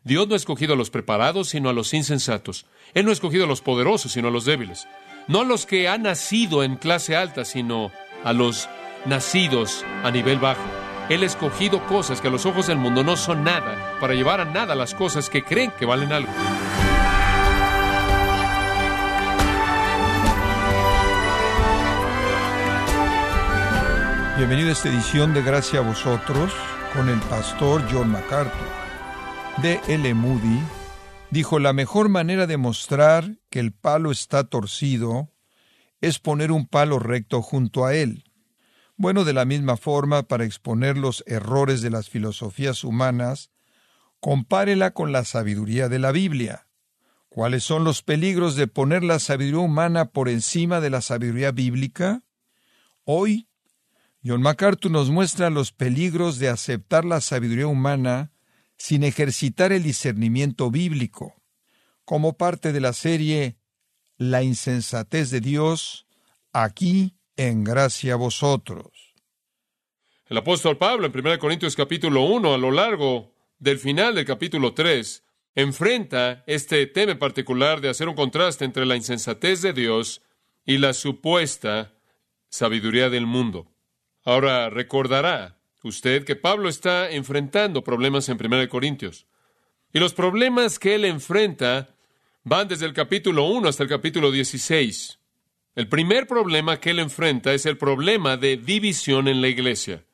Dios no ha escogido a los preparados, sino a los insensatos. Él no ha escogido a los poderosos, sino a los débiles. No a los que han nacido en clase alta, sino a los nacidos a nivel bajo. Él ha escogido cosas que a los ojos del mundo no son nada, para llevar a nada las cosas que creen que valen algo. Bienvenido a esta edición de Gracia a Vosotros con el pastor John MacArthur. D.L. Moody dijo: la mejor manera de mostrar que el palo está torcido es poner un palo recto junto a él. Bueno, de la misma forma, para exponer los errores de las filosofías humanas, compárela con la sabiduría de la Biblia. ¿Cuáles son los peligros de poner la sabiduría humana por encima de la sabiduría bíblica? Hoy, John MacArthur nos muestra los peligros de aceptar la sabiduría humana sin ejercitar el discernimiento bíblico, como parte de la serie La insensatez de Dios, aquí en Gracia a Vosotros. El apóstol Pablo, en 1 Corintios capítulo 1, a lo largo del final del capítulo 3, enfrenta este tema en particular de hacer un contraste entre la insensatez de Dios y la supuesta sabiduría del mundo. Ahora, recordará usted que Pablo está enfrentando problemas en 1 Corintios. Y los problemas que él enfrenta van desde el capítulo 1 hasta el capítulo 16. El primer problema que él enfrenta es el problema de división en la iglesia.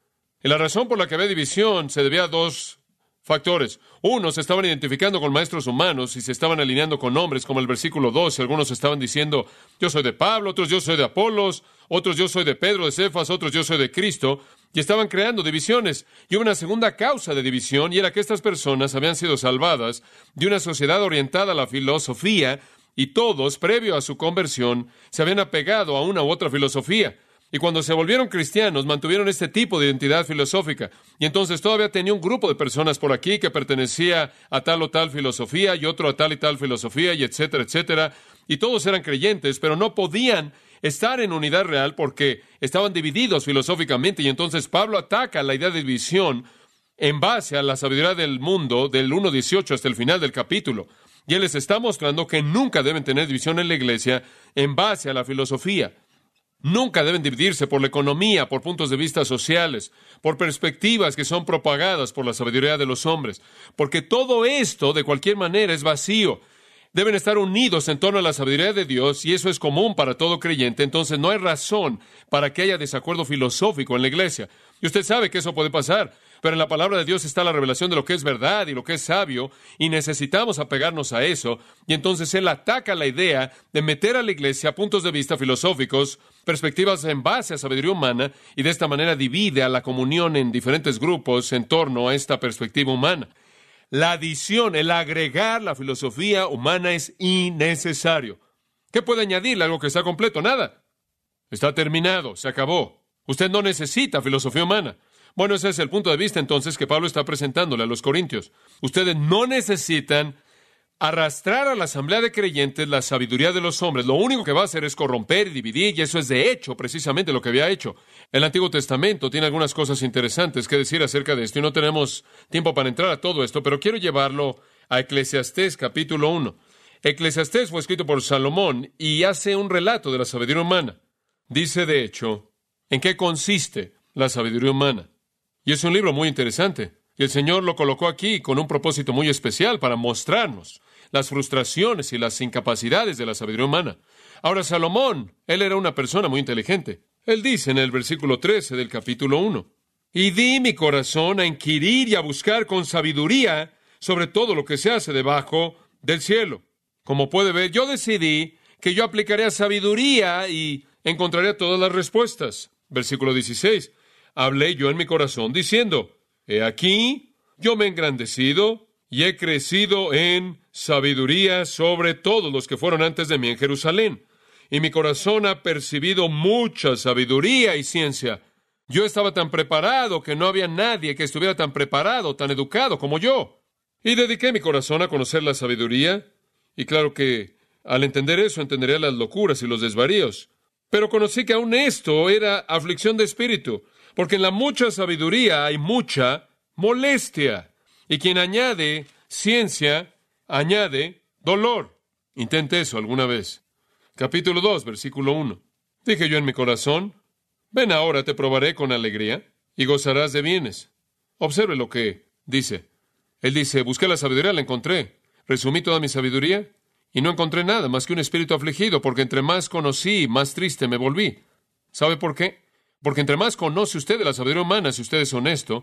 Y la razón por la que había división se debía a dos factores. Unos se estaban identificando con maestros humanos y se estaban alineando con hombres, como el versículo 12. Algunos estaban diciendo: yo soy de Pablo, otros yo soy de Apolos, otros yo soy de Pedro, de Cefas, otros yo soy de Cristo. Y estaban creando divisiones. Y hubo una segunda causa de división, y era que estas personas habían sido salvadas de una sociedad orientada a la filosofía, y todos, previo a su conversión, se habían apegado a una u otra filosofía. Y cuando se volvieron cristianos, mantuvieron este tipo de identidad filosófica. Y entonces todavía tenía un grupo de personas por aquí que pertenecía a tal o tal filosofía, y otro a tal y tal filosofía, y etcétera, etcétera. Y todos eran creyentes, pero no podían estar en unidad real porque estaban divididos filosóficamente. Y entonces Pablo ataca la idea de división en base a la sabiduría del mundo, del 1:18 hasta el final del capítulo. Y él les está mostrando que nunca deben tener división en la iglesia en base a la filosofía. Nunca deben dividirse por la economía, por puntos de vista sociales, por perspectivas que son propagadas por la sabiduría de los hombres, porque todo esto, de cualquier manera, es vacío. Deben estar unidos en torno a la sabiduría de Dios, y eso es común para todo creyente. Entonces no hay razón para que haya desacuerdo filosófico en la iglesia. Y usted sabe que eso puede pasar, pero en la palabra de Dios está la revelación de lo que es verdad y lo que es sabio, y necesitamos apegarnos a eso. Y entonces él ataca la idea de meter a la iglesia puntos de vista filosóficos, perspectivas en base a sabiduría humana, y de esta manera divide a la comunión en diferentes grupos en torno a esta perspectiva humana. La adición, el agregar la filosofía humana es innecesario. ¿Qué puede añadirle algo que está completo? Nada. Está terminado, se acabó. Usted no necesita filosofía humana. Bueno, ese es el punto de vista entonces que Pablo está presentándole a los corintios. Ustedes no necesitan arrastrar a la asamblea de creyentes la sabiduría de los hombres. Lo único que va a hacer es corromper y dividir, y eso es de hecho precisamente lo que había hecho. El Antiguo Testamento tiene algunas cosas interesantes que decir acerca de esto, y no tenemos tiempo para entrar a todo esto, pero quiero llevarlo a Eclesiastés capítulo 1. Eclesiastés fue escrito por Salomón y hace un relato de la sabiduría humana. Dice, de hecho, en qué consiste la sabiduría humana. Y es un libro muy interesante. Y el Señor lo colocó aquí con un propósito muy especial para mostrarnos las frustraciones y las incapacidades de la sabiduría humana. Ahora, Salomón, él era una persona muy inteligente. Él dice en el versículo 13 del capítulo 1, y di mi corazón a inquirir y a buscar con sabiduría sobre todo lo que se hace debajo del cielo. Como puede ver, yo decidí que yo aplicaría sabiduría y encontraría todas las respuestas. Versículo 16, hablé yo en mi corazón diciendo, he aquí, yo me he engrandecido y he crecido en sabiduría sobre todos los que fueron antes de mí en Jerusalén. Y mi corazón ha percibido mucha sabiduría y ciencia. Yo estaba tan preparado que no había nadie que estuviera tan preparado, tan educado como yo. Y dediqué mi corazón a conocer la sabiduría. Y claro que al entender eso entendería las locuras y los desvaríos. Pero conocí que aún esto era aflicción de espíritu, porque en la mucha sabiduría hay mucha molestia. Y quien añade ciencia añade dolor. Intente eso alguna vez. Capítulo 2, versículo 1. Dije yo en mi corazón, ven ahora, te probaré con alegría y gozarás de bienes. Observe lo que dice. Él dice, busqué la sabiduría, la encontré. Resumí toda mi sabiduría y no encontré nada más que un espíritu afligido, porque entre más conocí, más triste me volví. ¿Sabe por qué? Porque entre más conoce usted de la sabiduría humana, si usted es honesto,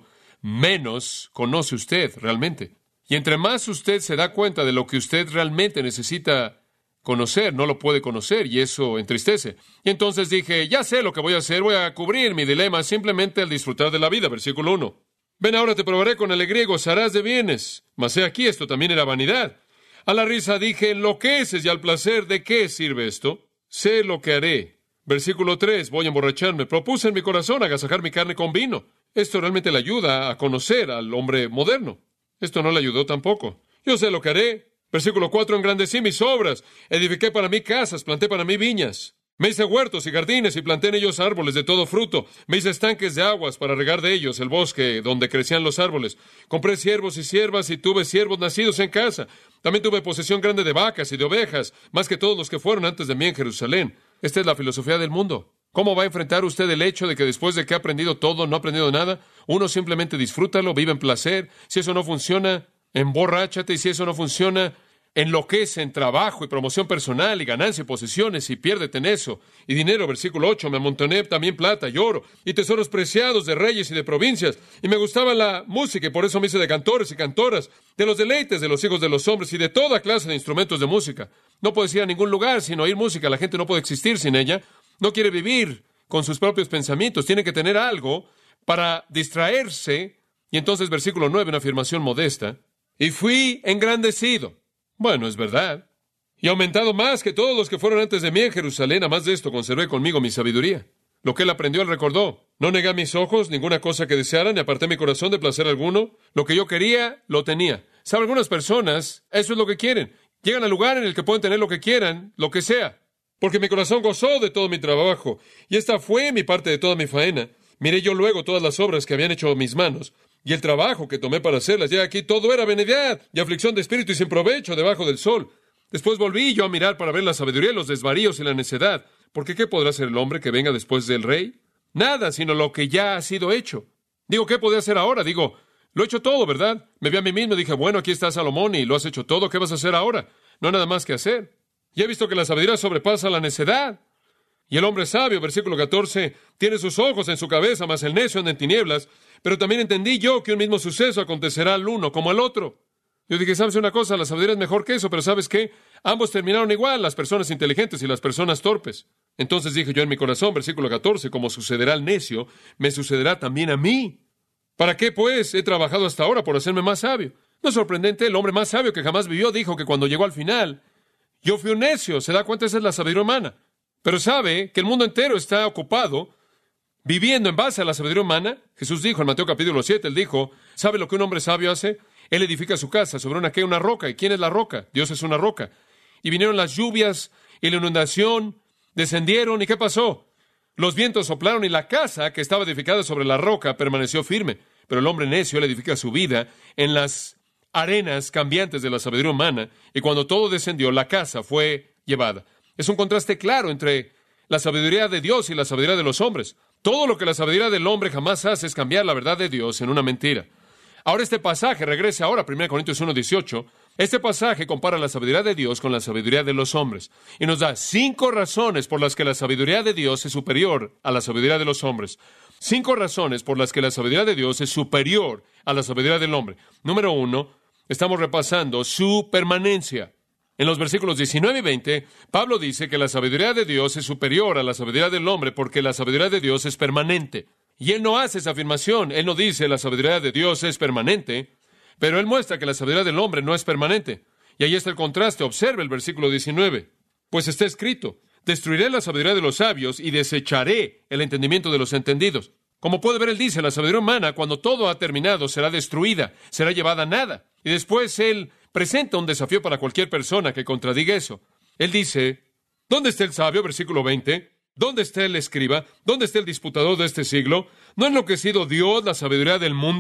menos conoce usted realmente. Y entre más usted se da cuenta de lo que usted realmente necesita conocer, no lo puede conocer, y eso entristece. Y entonces dije, ya sé lo que voy a hacer, voy a cubrir mi dilema simplemente al disfrutar de la vida. Versículo 1. Ven ahora, te probaré con alegría y gozarás de bienes. Mas he aquí, esto también era vanidad. A la risa dije, enloqueces, y al placer, ¿de qué sirve esto? Sé lo que haré. Versículo 3, voy a emborracharme. Propuse en mi corazón agasajar mi carne con vino. Esto realmente le ayuda a conocer al hombre moderno. Esto no le ayudó tampoco. Yo sé lo que haré. Versículo 4, engrandecí mis obras. Edifiqué para mí casas, planté para mí viñas. Me hice huertos y jardines y planté en ellos árboles de todo fruto. Me hice estanques de aguas para regar de ellos el bosque donde crecían los árboles. Compré siervos y siervas y tuve siervos nacidos en casa. También tuve posesión grande de vacas y de ovejas, más que todos los que fueron antes de mí en Jerusalén. Esta es la filosofía del mundo. ¿Cómo va a enfrentar usted el hecho de que después de que ha aprendido todo, no ha aprendido nada? Uno simplemente disfrútalo, vive en placer. Si eso no funciona, emborráchate. Y si eso no funciona, enloquece en trabajo y promoción personal y ganancia y posesiones y piérdete en eso. Y dinero, versículo 8, me amontoné también plata y oro y tesoros preciados de reyes y de provincias. Y me gustaba la música y por eso me hice de cantores y cantoras, de los deleites de los hijos de los hombres y de toda clase de instrumentos de música. No puedes ir a ningún lugar sin oír música. La gente no puede existir sin ella. No quiere vivir con sus propios pensamientos. Tiene que tener algo para distraerse. Y entonces, versículo 9, una afirmación modesta. Y fui engrandecido. Bueno, es verdad. Y aumentado más que todos los que fueron antes de mí en Jerusalén. A más de esto, conservé conmigo mi sabiduría. Lo que él aprendió, él recordó. No negué a mis ojos ninguna cosa que deseara, ni aparté mi corazón de placer alguno. Lo que yo quería, lo tenía. ¿Sabe? Algunas personas, eso es lo que quieren. Llegan al lugar en el que pueden tener lo que quieran, lo que sea. Porque mi corazón gozó de todo mi trabajo. Y esta fue mi parte de toda mi faena. Miré yo luego todas las obras que habían hecho mis manos. Y el trabajo que tomé para hacerlas, ya aquí todo era vanidad y aflicción de espíritu y sin provecho debajo del sol. Después volví yo a mirar para ver la sabiduría, los desvaríos y la necedad. Porque ¿qué podrá hacer el hombre que venga después del rey? Nada, sino lo que ya ha sido hecho. Digo, ¿qué podía hacer ahora? Digo, lo he hecho todo, ¿verdad? Me vi a mí mismo y dije, bueno, aquí está Salomón y lo has hecho todo, ¿qué vas a hacer ahora? No hay nada más que hacer. Y he visto que la sabiduría sobrepasa la necedad. Y el hombre sabio, versículo 14, tiene sus ojos en su cabeza, mas el necio anda en tinieblas. Pero también entendí yo que un mismo suceso acontecerá al uno como al otro. Yo dije, ¿sabes una cosa? La sabiduría es mejor que eso, pero ¿sabes qué? Ambos terminaron igual, las personas inteligentes y las personas torpes. Entonces dije yo en mi corazón, versículo 14, como sucederá al necio, me sucederá también a mí. ¿Para qué, pues, he trabajado hasta ahora por hacerme más sabio? No es sorprendente, el hombre más sabio que jamás vivió dijo que cuando llegó al final, yo fui un necio. ¿Se da cuenta? Esa es la sabiduría humana. Pero sabe que el mundo entero está ocupado viviendo en base a la sabiduría humana. Jesús dijo en Mateo capítulo 7, él dijo, ¿sabe lo que un hombre sabio hace? Él edifica su casa sobre una roca. ¿Y quién es la roca? Dios es una roca. Y vinieron las lluvias y la inundación, descendieron, ¿y qué pasó? Los vientos soplaron y la casa que estaba edificada sobre la roca permaneció firme. Pero el hombre necio, él edifica su vida en las arenas cambiantes de la sabiduría humana, y cuando todo descendió, la casa fue llevada. Es un contraste claro entre la sabiduría de Dios y la sabiduría de los hombres. Todo lo que la sabiduría del hombre jamás hace es cambiar la verdad de Dios en una mentira. Ahora este pasaje, regrese ahora a 1 Corintios 1:18, este pasaje compara la sabiduría de Dios con la sabiduría de los hombres, y nos da 5 razones por las que la sabiduría de Dios es superior a la sabiduría de los hombres. 5 razones por las que la sabiduría de Dios es superior a la sabiduría del hombre. Número 1, estamos repasando su permanencia. En los versículos 19 y 20, Pablo dice que la sabiduría de Dios es superior a la sabiduría del hombre porque la sabiduría de Dios es permanente. Y él no hace esa afirmación. Él no dice la sabiduría de Dios es permanente, pero él muestra que la sabiduría del hombre no es permanente. Y ahí está el contraste. Observe el versículo 19. Pues está escrito, destruiré la sabiduría de los sabios y desecharé el entendimiento de los entendidos. Como puede ver, él dice, la sabiduría humana, cuando todo ha terminado, será destruida, será llevada a nada. Y después él presenta un desafío para cualquier persona que contradiga eso. Él dice, ¿dónde está el sabio? Versículo 20. ¿Dónde está el escriba? ¿Dónde está el disputador de este siglo? ¿No ha enloquecido Dios la sabiduría del mundo?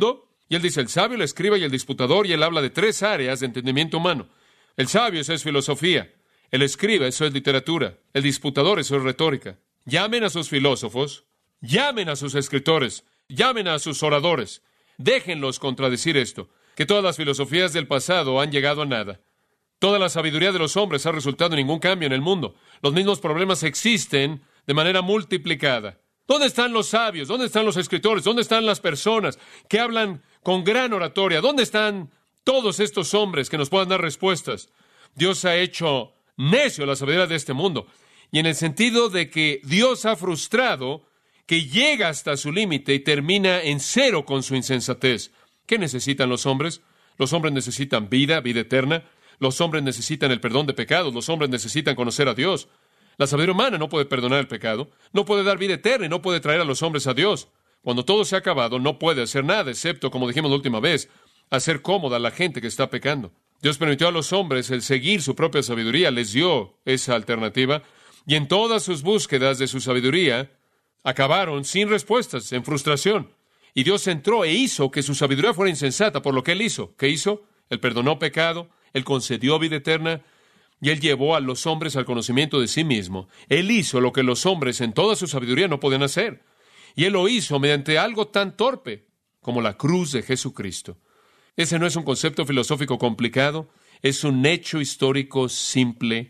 Y él dice, el sabio, el escriba y el disputador, y él habla de 3 áreas de entendimiento humano. El sabio, eso es filosofía. El escriba, eso es literatura. El disputador, eso es retórica. Llamen a sus filósofos, llamen a sus escritores, llamen a sus oradores. Déjenlos contradecir esto, que todas las filosofías del pasado han llegado a nada. Toda la sabiduría de los hombres ha resultado en ningún cambio en el mundo. Los mismos problemas existen de manera multiplicada. ¿Dónde están los sabios? ¿Dónde están los escritores? ¿Dónde están las personas que hablan con gran oratoria? ¿Dónde están todos estos hombres que nos puedan dar respuestas? Dios ha hecho necio la sabiduría de este mundo. Y en el sentido de que Dios ha frustrado, que llega hasta su límite y termina en cero con su insensatez. ¿Qué necesitan los hombres? Los hombres necesitan vida, vida eterna. Los hombres necesitan el perdón de pecados. Los hombres necesitan conocer a Dios. La sabiduría humana no puede perdonar el pecado, no puede dar vida eterna y no puede traer a los hombres a Dios. Cuando todo se ha acabado, no puede hacer nada, excepto, como dijimos la última vez, hacer cómoda a la gente que está pecando. Dios permitió a los hombres el seguir su propia sabiduría, les dio esa alternativa, y en todas sus búsquedas de su sabiduría, acabaron sin respuestas, en frustración. Y Dios entró e hizo que su sabiduría fuera insensata por lo que Él hizo. ¿Qué hizo? Él perdonó pecado, Él concedió vida eterna, y Él llevó a los hombres al conocimiento de sí mismo. Él hizo lo que los hombres en toda su sabiduría no podían hacer. Y Él lo hizo mediante algo tan torpe como la cruz de Jesucristo. Ese no es un concepto filosófico complicado, es un hecho histórico simple.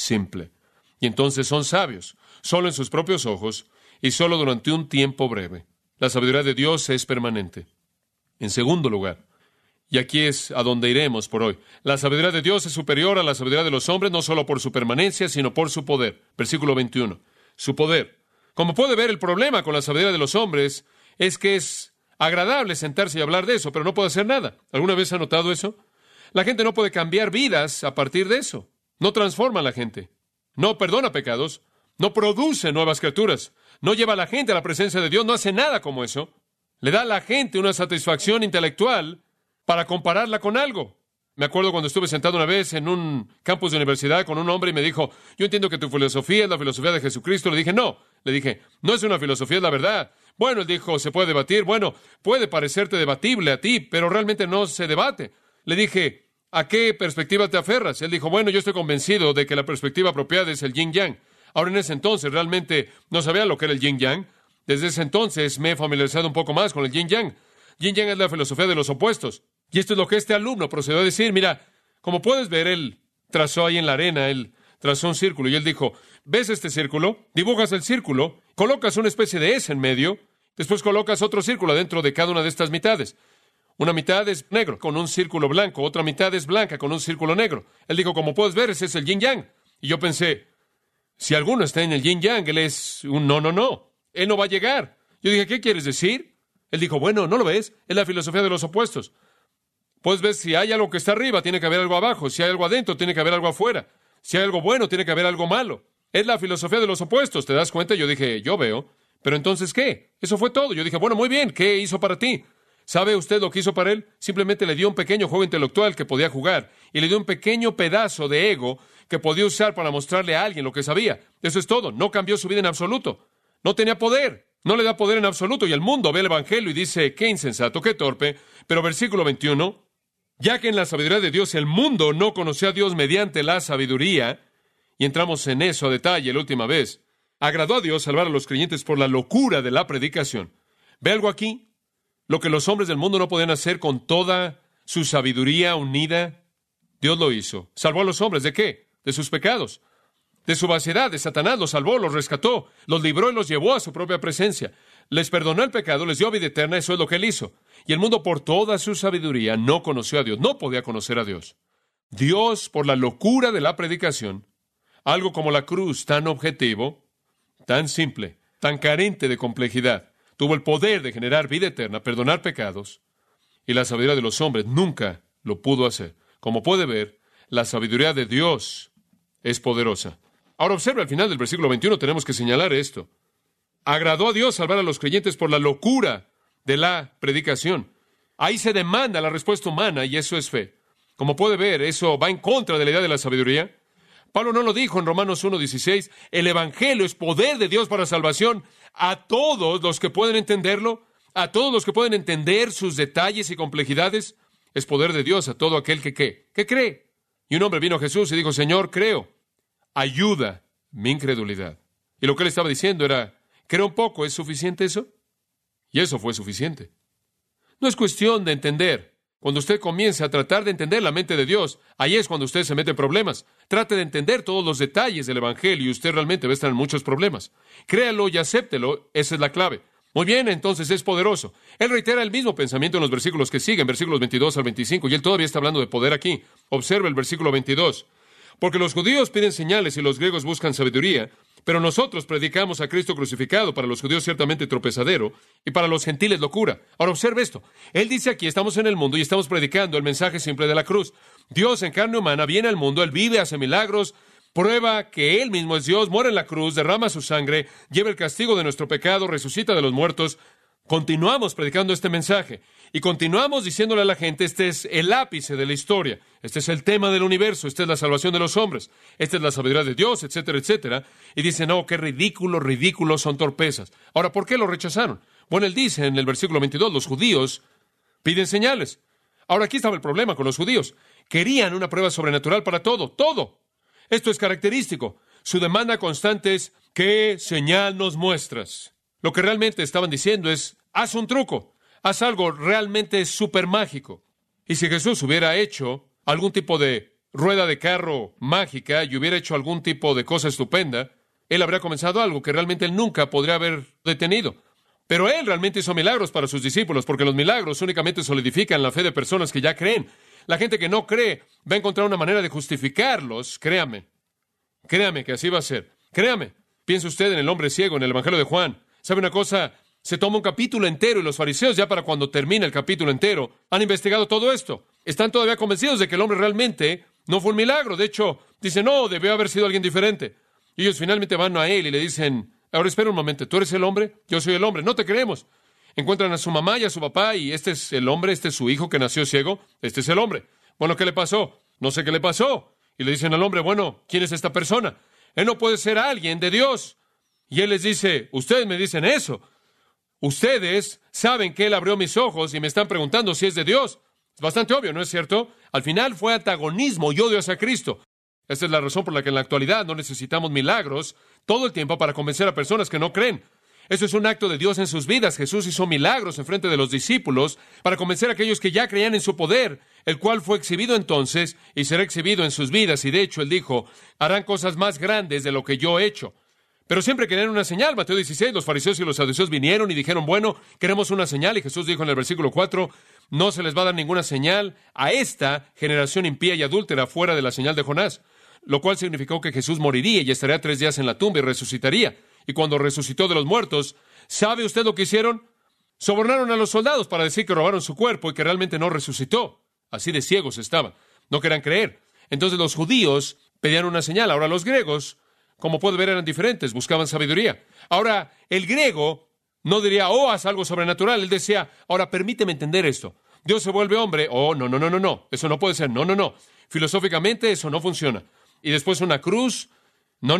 Y entonces son sabios, solo en sus propios ojos y solo durante un tiempo breve. La sabiduría de Dios es permanente. En segundo lugar, y aquí es a donde iremos por hoy, la sabiduría de Dios es superior a la sabiduría de los hombres, no solo por su permanencia, sino por su poder. Versículo 21. Su poder. Como puede ver, el problema con la sabiduría de los hombres es que es agradable sentarse y hablar de eso, pero no puede hacer nada. ¿Alguna vez ha notado eso? La gente no puede cambiar vidas a partir de eso. No transforma a la gente. No perdona pecados. No produce nuevas criaturas. No lleva a la gente a la presencia de Dios. No hace nada como eso. Le da a la gente una satisfacción intelectual para compararla con algo. Me acuerdo cuando estuve sentado una vez en un campus de universidad con un hombre y me dijo, yo entiendo que tu filosofía es la filosofía de Jesucristo. Le dije, no. Le dije, no es una filosofía, es la verdad. Bueno, él dijo, se puede debatir. Bueno, puede parecerte debatible a ti, pero realmente no se debate. Le dije, ¿a qué perspectiva te aferras? Él dijo, bueno, yo estoy convencido de que la perspectiva apropiada es el yin-yang. Ahora, en ese entonces realmente no sabía lo que era el yin-yang. Desde ese entonces me he familiarizado un poco más con el yin-yang. Yin-yang es la filosofía de los opuestos. Y esto es lo que este alumno procedió a decir. Mira, como puedes ver, él trazó ahí en la arena, él trazó un círculo y él dijo, ¿ves este círculo? Dibujas el círculo, colocas una especie de S en medio, después colocas otro círculo dentro de cada una de estas mitades. Una mitad es negro con un círculo blanco, otra mitad es blanca con un círculo negro. Él dijo, como puedes ver, ese es el yin-yang. Y yo pensé, si alguno está en el yin-yang, él es un no. Él no va a llegar. Yo dije, ¿qué quieres decir? Él dijo, bueno, ¿no lo ves? Es la filosofía de los opuestos. Puedes ver, si hay algo que está arriba, tiene que haber algo abajo. Si hay algo adentro, tiene que haber algo afuera. Si hay algo bueno, tiene que haber algo malo. Es la filosofía de los opuestos. ¿Te das cuenta? Yo dije, yo veo. Pero entonces, ¿qué? Eso fue todo. Yo dije, bueno, muy bien. ¿Qué hizo para ti? ¿Sabe usted lo que hizo para él? Simplemente le dio un pequeño juego intelectual que podía jugar. Y le dio un pequeño pedazo de ego que podía usar para mostrarle a alguien lo que sabía. Eso es todo. No cambió su vida en absoluto. No tenía poder. No le da poder en absoluto. Y el mundo ve el evangelio y dice, qué insensato, qué torpe. Pero versículo 21... Ya que en la sabiduría de Dios el mundo no conoció a Dios mediante la sabiduría, y entramos en eso a detalle la última vez, agradó a Dios salvar a los creyentes por la locura de la predicación. ¿Ve algo aquí? Lo que los hombres del mundo no podían hacer con toda su sabiduría unida, Dios lo hizo. ¿Salvó a los hombres de qué? De sus pecados, de su vaciedad, de Satanás. Los salvó, los rescató, los libró y los llevó a su propia presencia. Les perdonó el pecado, les dio vida eterna, eso es lo que Él hizo. Y el mundo, por toda su sabiduría, no conoció a Dios, no podía conocer a Dios. Dios, por la locura de la predicación, algo como la cruz, tan objetivo, tan simple, tan carente de complejidad, tuvo el poder de generar vida eterna, perdonar pecados, y la sabiduría de los hombres nunca lo pudo hacer. Como puede ver, la sabiduría de Dios es poderosa. Ahora observa al final del versículo 21, tenemos que señalar esto. Agradó a Dios salvar a los creyentes por la locura de la predicación. Ahí se demanda la respuesta humana y eso es fe. Como puede ver, eso va en contra de la idea de la sabiduría. Pablo no lo dijo en Romanos 1:16. El evangelio es poder de Dios para salvación a todos los que pueden entenderlo, a todos los que pueden entender sus detalles y complejidades. Es poder de Dios a todo aquel que ¿qué? Que cree. Y un hombre vino a Jesús y dijo, Señor, creo, ayuda mi incredulidad. Y lo que él estaba diciendo era, creo un poco, ¿es suficiente eso? Y eso fue suficiente. No es cuestión de entender. Cuando usted comience a tratar de entender la mente de Dios, ahí es cuando usted se mete en problemas. Trate de entender todos los detalles del Evangelio y usted realmente va a estar en muchos problemas. Créalo y acéptelo, esa es la clave. Muy bien, entonces es poderoso. Él reitera el mismo pensamiento en los versículos que siguen, versículos 22 al 25, y él todavía está hablando de poder aquí. Observe el versículo 22. Porque los judíos piden señales y los griegos buscan sabiduría, pero nosotros predicamos a Cristo crucificado, para los judíos ciertamente tropezadero, y para los gentiles locura. Ahora observe esto. Él dice aquí, estamos en el mundo y estamos predicando el mensaje simple de la cruz. Dios en carne humana viene al mundo, Él vive, hace milagros, prueba que Él mismo es Dios, muere en la cruz, derrama su sangre, lleva el castigo de nuestro pecado, resucita de los muertos. Continuamos predicando este mensaje y continuamos diciéndole a la gente, este es el ápice de la historia, este es el tema del universo, esta es la salvación de los hombres, esta es la sabiduría de Dios, etcétera, etcétera. Y dice, no, qué ridículos son torpezas. Ahora, ¿por qué lo rechazaron? Bueno, él dice en el versículo 22, los judíos piden señales. Ahora, aquí estaba el problema con los judíos. Querían una prueba sobrenatural para todo, todo. Esto es característico. Su demanda constante es, ¿qué señal nos muestras? Lo que realmente estaban diciendo es, haz un truco, haz algo realmente súper mágico. Y si Jesús hubiera hecho algún tipo de rueda de carro mágica y hubiera hecho algún tipo de cosa estupenda, él habría comenzado algo que realmente él nunca podría haber detenido. Pero él realmente hizo milagros para sus discípulos, porque los milagros únicamente solidifican la fe de personas que ya creen. La gente que no cree va a encontrar una manera de justificarlos, créame. Créame que así va a ser. Créame. Piense usted en el hombre ciego en el Evangelio de Juan. ¿Sabe una cosa? Se toma un capítulo entero y los fariseos, ya para cuando termina el capítulo entero, han investigado todo esto. Están todavía convencidos de que el hombre realmente no fue un milagro. De hecho, dicen, no, debió haber sido alguien diferente. Y ellos finalmente van a él y le dicen, ahora espera un momento, ¿tú eres el hombre? Yo soy el hombre. No te creemos. Encuentran a su mamá y a su papá y este es el hombre, este es su hijo que nació ciego, este es el hombre. Bueno, ¿qué le pasó? No sé qué le pasó. Y le dicen al hombre, bueno, ¿quién es esta persona? Él no puede ser alguien de Dios. Y él les dice, ustedes me dicen eso. Ustedes saben que él abrió mis ojos y me están preguntando si es de Dios. Es bastante obvio, ¿no es cierto? Al final fue antagonismo y odio hacia Cristo. Esta es la razón por la que en la actualidad no necesitamos milagros todo el tiempo para convencer a personas que no creen. Eso es un acto de Dios en sus vidas. Jesús hizo milagros en frente de los discípulos para convencer a aquellos que ya creían en su poder, el cual fue exhibido entonces y será exhibido en sus vidas. Y de hecho, él dijo, harán cosas más grandes de lo que yo he hecho. Pero siempre querían una señal. Mateo 16, los fariseos y los saduceos vinieron y dijeron, bueno, queremos una señal. Y Jesús dijo en el versículo 4, no se les va a dar ninguna señal a esta generación impía y adúltera fuera de la señal de Jonás. Lo cual significó que Jesús moriría y estaría 3 días en la tumba y resucitaría. Y cuando resucitó de los muertos, ¿sabe usted lo que hicieron? Sobornaron a los soldados para decir que robaron su cuerpo y que realmente no resucitó. Así de ciegos estaban. No querían creer. Entonces los judíos pedían una señal. Ahora los griegos, como puede ver, eran diferentes, buscaban sabiduría. Ahora, el griego no diría, oh, haz algo sobrenatural. Él decía, ahora permíteme entender esto. Dios se vuelve hombre. Oh, no. Eso no puede ser. No. Filosóficamente eso no funciona. Y después una cruz. No.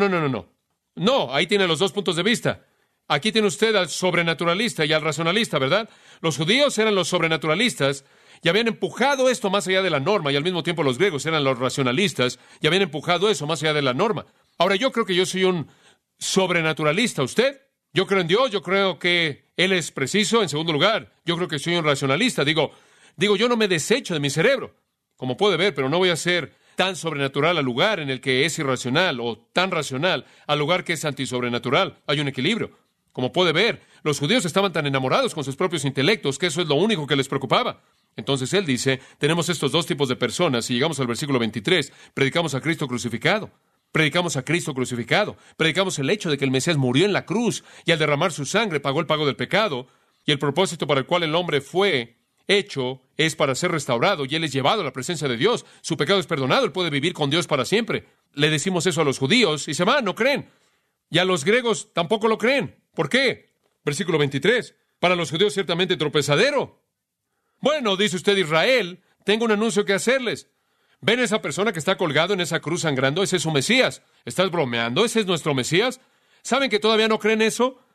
No, ahí tiene los dos puntos de vista. Aquí tiene usted al sobrenaturalista y al racionalista, ¿verdad? Los judíos eran los sobrenaturalistas y habían empujado esto más allá de la norma, y al mismo tiempo los griegos eran los racionalistas y habían empujado eso más allá de la norma. Ahora, yo creo que yo soy un sobrenaturalista. ¿Usted? Yo creo en Dios, yo creo que Él es preciso. En segundo lugar, yo creo que soy un racionalista. Digo, yo no me desecho de mi cerebro, como puede ver, pero no voy a ser tan sobrenatural al lugar en el que es irracional, o tan racional al lugar que es antisobrenatural. Hay un equilibrio. Como puede ver, los judíos estaban tan enamorados con sus propios intelectos que eso es lo único que les preocupaba. Entonces él dice, tenemos estos dos tipos de personas, y llegamos al versículo 23, predicamos a Cristo crucificado. Predicamos a Cristo crucificado. Predicamos el hecho de que el Mesías murió en la cruz y al derramar su sangre pagó el pago del pecado, y el propósito para el cual el hombre fue hecho es para ser restaurado, y él es llevado a la presencia de Dios. Su pecado es perdonado, él puede vivir con Dios para siempre. Le decimos eso a los judíos y se van, no creen. Y a los griegos tampoco lo creen. ¿Por qué? Versículo 23. Para los judíos ciertamente tropezadero. Bueno, dice usted, Israel, tengo un anuncio que hacerles. ¿Ven a esa persona que está colgado en esa cruz sangrando? Ese es su Mesías. ¿Estás bromeando? ¿Ese es nuestro Mesías? ¿Saben que todavía no creen eso?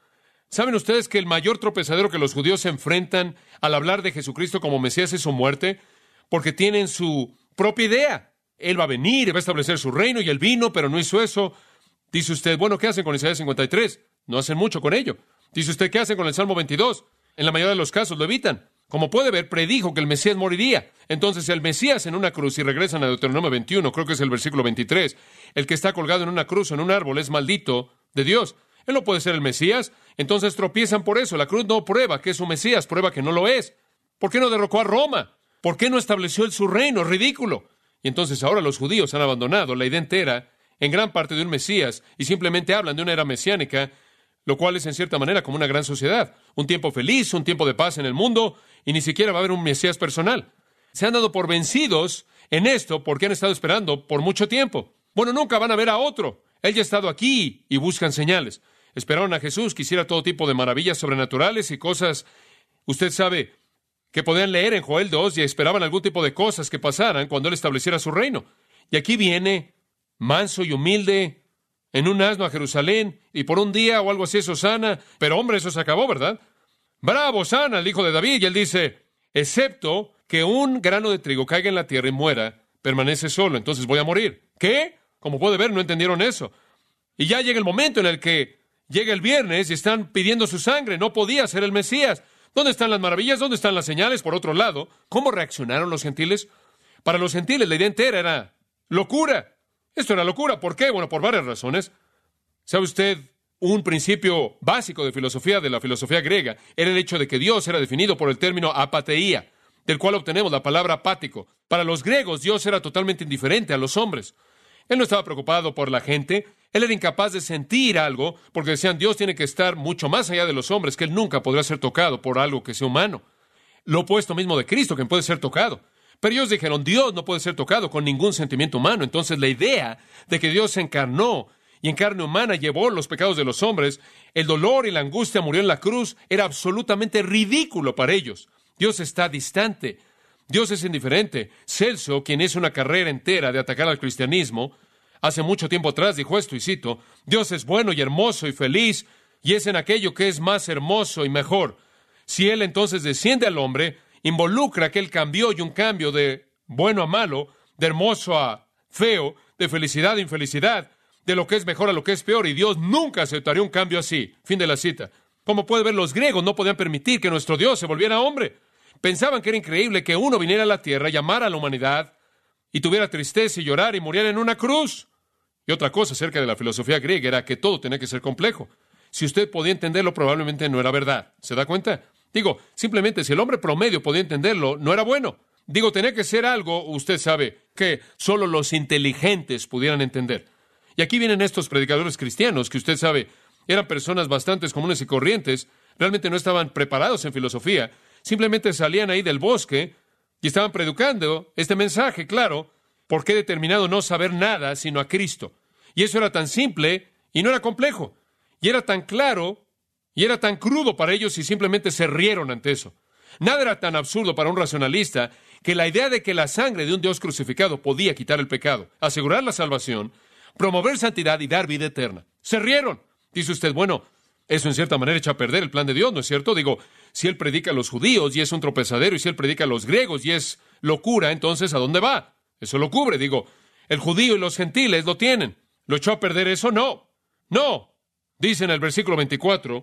¿Saben ustedes que el mayor tropezadero que los judíos se enfrentan al hablar de Jesucristo como Mesías es su muerte? Porque tienen su propia idea. Él va a venir y va a establecer su reino, y él vino, pero no hizo eso. Dice usted, bueno, ¿qué hacen con Isaías 53? No hacen mucho con ello. Dice usted, ¿qué hacen con el Salmo 22? En la mayoría de los casos lo evitan. Como puede ver, predijo que el Mesías moriría. Entonces, el Mesías en una cruz, y regresan a Deuteronomio 21, creo que es el versículo 23, el que está colgado en una cruz o en un árbol es maldito de Dios. Él no puede ser el Mesías. Entonces tropiezan por eso. La cruz no prueba que es su Mesías, prueba que no lo es. ¿Por qué no derrocó a Roma? ¿Por qué no estableció él su reino? Ridículo. Y entonces ahora los judíos han abandonado la idea entera, en gran parte, de un Mesías, y simplemente hablan de una era mesiánica, lo cual es en cierta manera como una gran sociedad. Un tiempo feliz, un tiempo de paz en el mundo, y ni siquiera va a haber un Mesías personal. Se han dado por vencidos en esto porque han estado esperando por mucho tiempo. Bueno, nunca van a ver a otro. Él ya ha estado aquí y buscan señales. Esperaron a Jesús que hiciera todo tipo de maravillas sobrenaturales y cosas, usted sabe, que podían leer en Joel 2, y esperaban algún tipo de cosas que pasaran cuando Él estableciera su reino. Y aquí viene, manso y humilde, en un asno a Jerusalén, y por un día o algo así es Hosana. Pero hombre, eso se acabó, ¿verdad? Bravo, Hosana, el hijo de David. Y él dice, excepto que un grano de trigo caiga en la tierra y muera, permanece solo, entonces voy a morir. ¿Qué? Como puede ver, no entendieron eso. Y ya llega el momento en el que llega el viernes y están pidiendo su sangre. No podía ser el Mesías. ¿Dónde están las maravillas? ¿Dónde están las señales? Por otro lado, ¿cómo reaccionaron los gentiles? Para los gentiles la idea entera era locura. Esto era locura. ¿Por qué? Bueno, por varias razones. ¿Sabe usted? Un principio básico de la filosofía griega era el hecho de que Dios era definido por el término apateía, del cual obtenemos la palabra apático. Para los griegos, Dios era totalmente indiferente a los hombres. Él no estaba preocupado por la gente. Él era incapaz de sentir algo, porque decían, Dios tiene que estar mucho más allá de los hombres, que Él nunca podrá ser tocado por algo que sea humano. Lo opuesto mismo de Cristo, quien puede ser tocado. Pero ellos dijeron, Dios no puede ser tocado con ningún sentimiento humano. Entonces la idea de que Dios se encarnó y en carne humana llevó los pecados de los hombres, el dolor y la angustia, murió en la cruz, era absolutamente ridículo para ellos. Dios está distante. Dios es indiferente. Celso, quien hizo una carrera entera de atacar al cristianismo, hace mucho tiempo atrás dijo esto, y cito, Dios es bueno y hermoso y feliz, y es en aquello que es más hermoso y mejor. Si Él entonces desciende al hombre, involucra aquel cambio y un cambio de bueno a malo, de hermoso a feo, de felicidad a infelicidad, de lo que es mejor a lo que es peor, y Dios nunca aceptaría un cambio así. Fin de la cita. Como puede ver, los griegos no podían permitir que nuestro Dios se volviera hombre. Pensaban que era increíble que uno viniera a la tierra, llamara a la humanidad, y tuviera tristeza y llorar y muriera en una cruz. Y otra cosa acerca de la filosofía griega era que todo tenía que ser complejo. Si usted podía entenderlo, probablemente no era verdad. ¿Se da cuenta? Digo, simplemente si el hombre promedio podía entenderlo, no era bueno. Digo, tenía que ser algo, usted sabe, que solo los inteligentes pudieran entender. Y aquí vienen estos predicadores cristianos que usted sabe, eran personas bastante comunes y corrientes, realmente no estaban preparados en filosofía, simplemente salían ahí del bosque y estaban predicando este mensaje, claro, porque he determinado no saber nada sino a Cristo. Y eso era tan simple y no era complejo. Y era tan claro y era tan crudo para ellos y simplemente se rieron ante eso. Nada era tan absurdo para un racionalista que la idea de que la sangre de un Dios crucificado podía quitar el pecado, asegurar la salvación, promover santidad y dar vida eterna. Se rieron. Dice usted, bueno, eso en cierta manera echa a perder el plan de Dios, ¿no es cierto? Digo, si Él predica a los judíos y es un tropezadero, y si Él predica a los griegos y es locura, entonces ¿a dónde va? Eso lo cubre. Digo, el judío y los gentiles lo tienen. ¿Lo echó a perder eso? No. No. Dice en el versículo 24,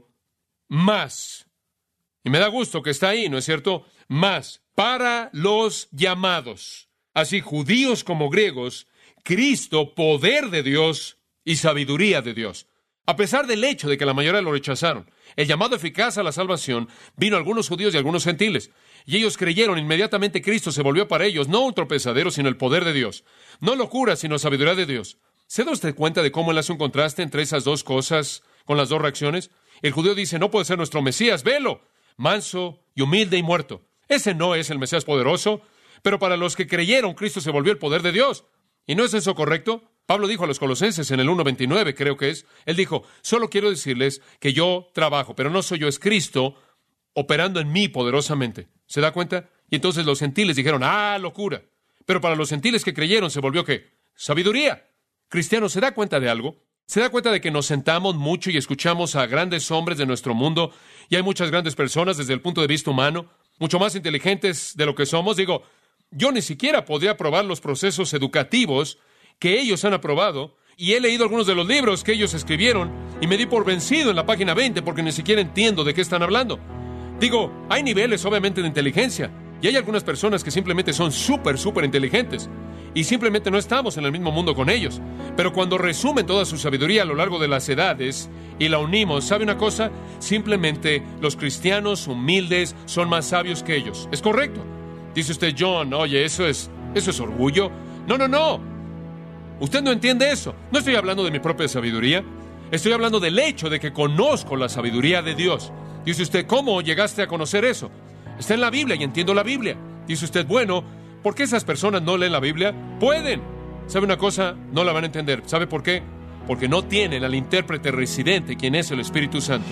más. Y me da gusto que está ahí, ¿no es cierto? Más. Para los llamados, así judíos como griegos, Cristo, poder de Dios y sabiduría de Dios. A pesar del hecho de que la mayoría lo rechazaron, el llamado eficaz a la salvación vino a algunos judíos y a algunos gentiles. Y ellos creyeron, inmediatamente Cristo se volvió para ellos no un tropezadero, sino el poder de Dios. No locura, sino sabiduría de Dios. ¿Se da usted cuenta de cómo Él hace un contraste entre esas dos cosas con las dos reacciones? El judío dice, no puede ser nuestro Mesías, velo, manso y humilde y muerto. Ese no es el Mesías poderoso, pero para los que creyeron, Cristo se volvió el poder de Dios. ¿Y no es eso correcto? Pablo dijo a los Colosenses en el 1:29, creo que es, él dijo, solo quiero decirles que yo trabajo, pero no soy yo, es Cristo operando en mí poderosamente. ¿Se da cuenta? Y entonces los gentiles dijeron, locura. Pero para los gentiles que creyeron se volvió, ¿qué? Sabiduría. Cristiano, ¿se da cuenta de algo? ¿Se da cuenta de que nos sentamos mucho y escuchamos a grandes hombres de nuestro mundo? Y hay muchas grandes personas desde el punto de vista humano, mucho más inteligentes de lo que somos. Digo, yo ni siquiera podría aprobar los procesos educativos que ellos han aprobado, y he leído algunos de los libros que ellos escribieron, y me di por vencido en la página 20 porque ni siquiera entiendo de qué están hablando. Digo, hay niveles obviamente de inteligencia, y hay algunas personas que simplemente son súper inteligentes, y simplemente no estamos en el mismo mundo con ellos. Pero cuando resumen toda su sabiduría a lo largo de las edades y la unimos, ¿sabe una cosa? Simplemente los cristianos humildes son más sabios que ellos. ¿Es correcto? Dice usted, John, oye, ¿eso es orgullo? No. Usted no entiende eso. No estoy hablando de mi propia sabiduría. Estoy hablando del hecho de que conozco la sabiduría de Dios. Dice usted, ¿cómo llegaste a conocer eso? Está en la Biblia y entiendo la Biblia. Dice usted, bueno, ¿por qué esas personas no leen la Biblia? Pueden. ¿Sabe una cosa? No la van a entender. ¿Sabe por qué? Porque no tienen al intérprete residente, quien es el Espíritu Santo.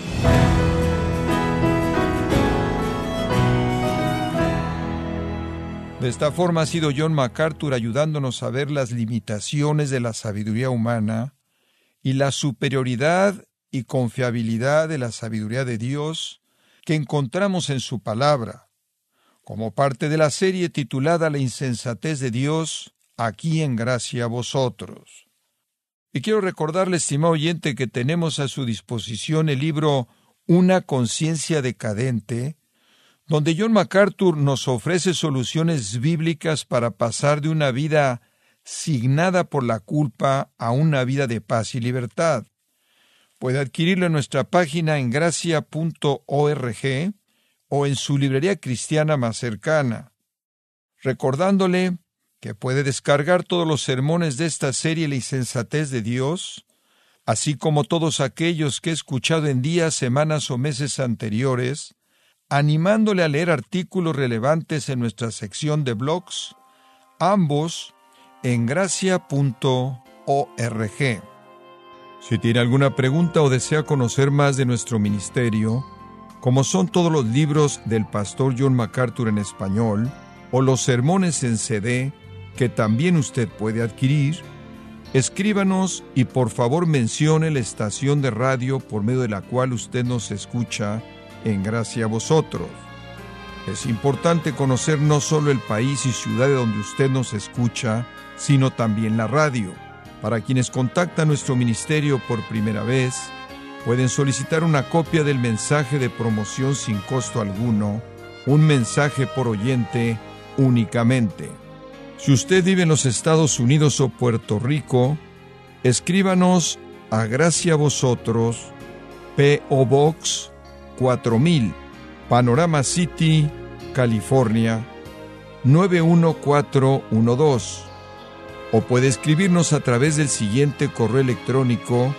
De esta forma ha sido John MacArthur ayudándonos a ver las limitaciones de la sabiduría humana y la superioridad y confiabilidad de la sabiduría de Dios que encontramos en su palabra, como parte de la serie titulada La insensatez de Dios, aquí en gracia a vosotros. Y quiero recordarle, estimado oyente, que tenemos a su disposición el libro Una conciencia decadente, donde John MacArthur nos ofrece soluciones bíblicas para pasar de una vida signada por la culpa a una vida de paz y libertad. Puede adquirirlo en nuestra página en gracia.org o en su librería cristiana más cercana. Recordándole que puede descargar todos los sermones de esta serie La insensatez de Dios, así como todos aquellos que he escuchado en días, semanas o meses anteriores, animándole a leer artículos relevantes en nuestra sección de blogs, ambos en gracia.org. Si tiene alguna pregunta o desea conocer más de nuestro ministerio, como son todos los libros del pastor John MacArthur en español, o los sermones en CD, que también usted puede adquirir, escríbanos y por favor mencione la estación de radio por medio de la cual usted nos escucha en gracia a vosotros. Es importante conocer no solo el país y ciudad de donde usted nos escucha, sino también la radio. Para quienes contactan nuestro ministerio por primera vez, pueden solicitar una copia del mensaje de promoción sin costo alguno, un mensaje por oyente únicamente. Si usted vive en los Estados Unidos o Puerto Rico, escríbanos a Gracia a Vosotros, P.O. Box 4000, Panorama City, California, 91412. O puede escribirnos a través del siguiente correo electrónico: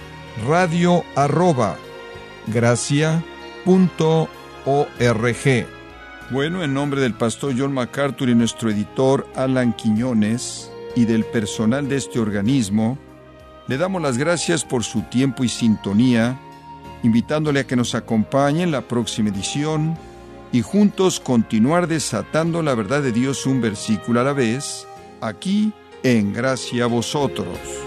radio@gracia.org. Bueno, en nombre del pastor John MacArthur y nuestro editor Alan Quiñones y del personal de este organismo, le damos las gracias por su tiempo y sintonía, invitándole a que nos acompañe en la próxima edición y juntos continuar desatando la verdad de Dios un versículo a la vez, aquí en Gracia a Vosotros.